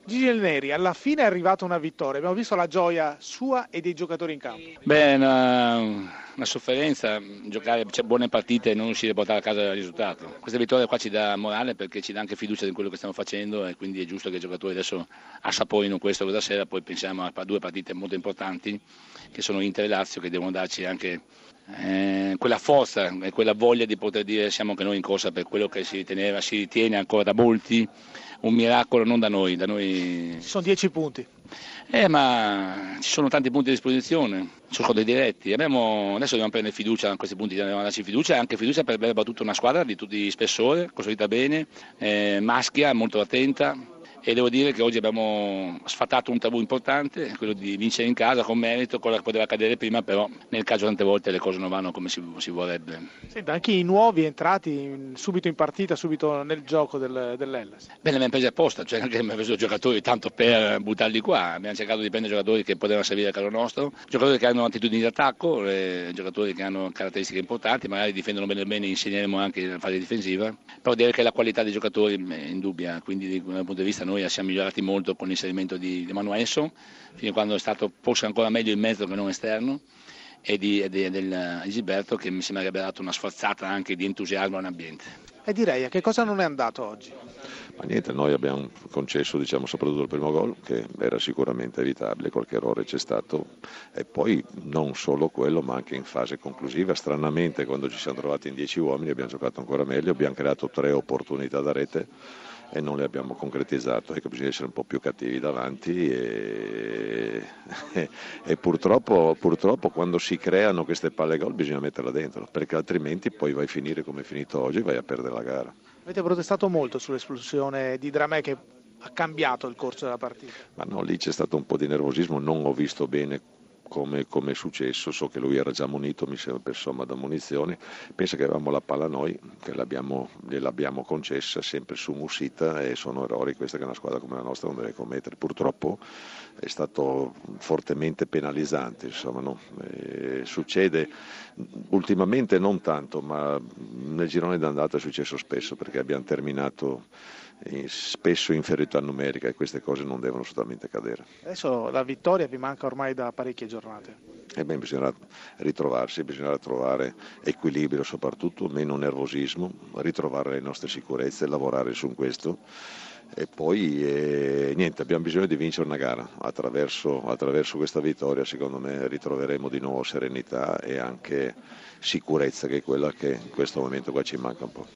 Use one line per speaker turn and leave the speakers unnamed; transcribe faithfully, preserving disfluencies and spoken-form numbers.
Gigi Neri, alla fine è arrivata una vittoria, abbiamo visto la gioia sua e dei giocatori in campo.
Beh, una, una sofferenza, giocare cioè, buone partite e non riuscire a portare a casa il risultato. Questa vittoria qua ci dà morale perché ci dà anche fiducia in quello che stiamo facendo e quindi è giusto che i giocatori adesso assaporino questo questa sera, poi pensiamo a due partite molto importanti che sono Inter e Lazio, che devono darci anche eh, quella forza e quella voglia di poter dire siamo anche noi in corsa per quello che si riteneva, si ritiene ancora da molti un miracolo, non da noi, da noi.
Ci sono dieci punti.
Eh, ma ci sono tanti punti a disposizione, sono dei diretti. Abbiamo, adesso dobbiamo prendere fiducia, a questi punti dobbiamo darci fiducia e anche fiducia per aver battuto una squadra di tutti di spessore, costruita bene, eh, maschia, molto attenta. E devo dire che oggi abbiamo sfatato un tabù importante, quello di vincere in casa con merito, cosa che poteva accadere prima, però nel caso tante volte le cose non vanno come si, si vorrebbe.
Senta, anche i nuovi entrati in- subito in partita, subito nel gioco del, dell'Hellas.
Beh, l'abbiamo presa apposta, cioè anche abbiamo preso giocatori tanto per buttarli qua, abbiamo cercato di prendere giocatori che potevano servire al caso nostro, giocatori che hanno attitudini di attacco, eh, giocatori che hanno caratteristiche importanti, magari difendono bene bene, insegneremo anche la fase difensiva, però direi che la qualità dei giocatori è indubbia, quindi dal punto di vista noi siamo migliorati molto con l'inserimento di, di Manuelso, fino a quando è stato forse ancora meglio in mezzo che non esterno, e di, e di, del Gilberto che mi sembra che abbia dato una sforzata anche di entusiasmo all'ambiente.
E direi, a che cosa non è andato oggi?
Ma niente, noi abbiamo concesso diciamo, soprattutto il primo gol, che era sicuramente evitabile, qualche errore c'è stato, e poi non solo quello, ma anche in fase conclusiva. Stranamente, quando ci siamo trovati in dieci uomini abbiamo giocato ancora meglio, abbiamo creato tre opportunità da rete e non le abbiamo concretizzato. Ecco, bisogna essere un po' più cattivi davanti e, e, e purtroppo, purtroppo quando si creano queste palle gol bisogna metterla dentro, perché altrimenti poi vai a finire come è finito oggi, vai a perdere la gara.
Avete protestato molto sull'espulsione di Dramè che ha cambiato il corso della partita.
Ma no, lì c'è stato un po' di nervosismo, non ho visto bene come, come è successo, so che lui era già munito, mi sembra per somma d'ammonizioni, penso che avevamo la palla noi, che l'abbiamo, gliel'abbiamo concessa sempre su un'uscita e sono errori questa che una squadra come la nostra non deve commettere. Purtroppo è stato fortemente penalizzante, insomma, no? E succede ultimamente non tanto, ma nel girone d'andata è successo spesso perché abbiamo terminato spesso in inferiorità numerica e queste cose non devono assolutamente accadere.
Adesso la vittoria vi manca ormai da parecchie giornate.
E beh, bisognerà ritrovarsi, bisognerà trovare equilibrio soprattutto, meno nervosismo, ritrovare le nostre sicurezze, lavorare su questo e poi eh, niente, abbiamo bisogno di vincere una gara, attraverso, attraverso questa vittoria secondo me ritroveremo di nuovo serenità e anche sicurezza che è quella che in questo momento qua ci manca un po'.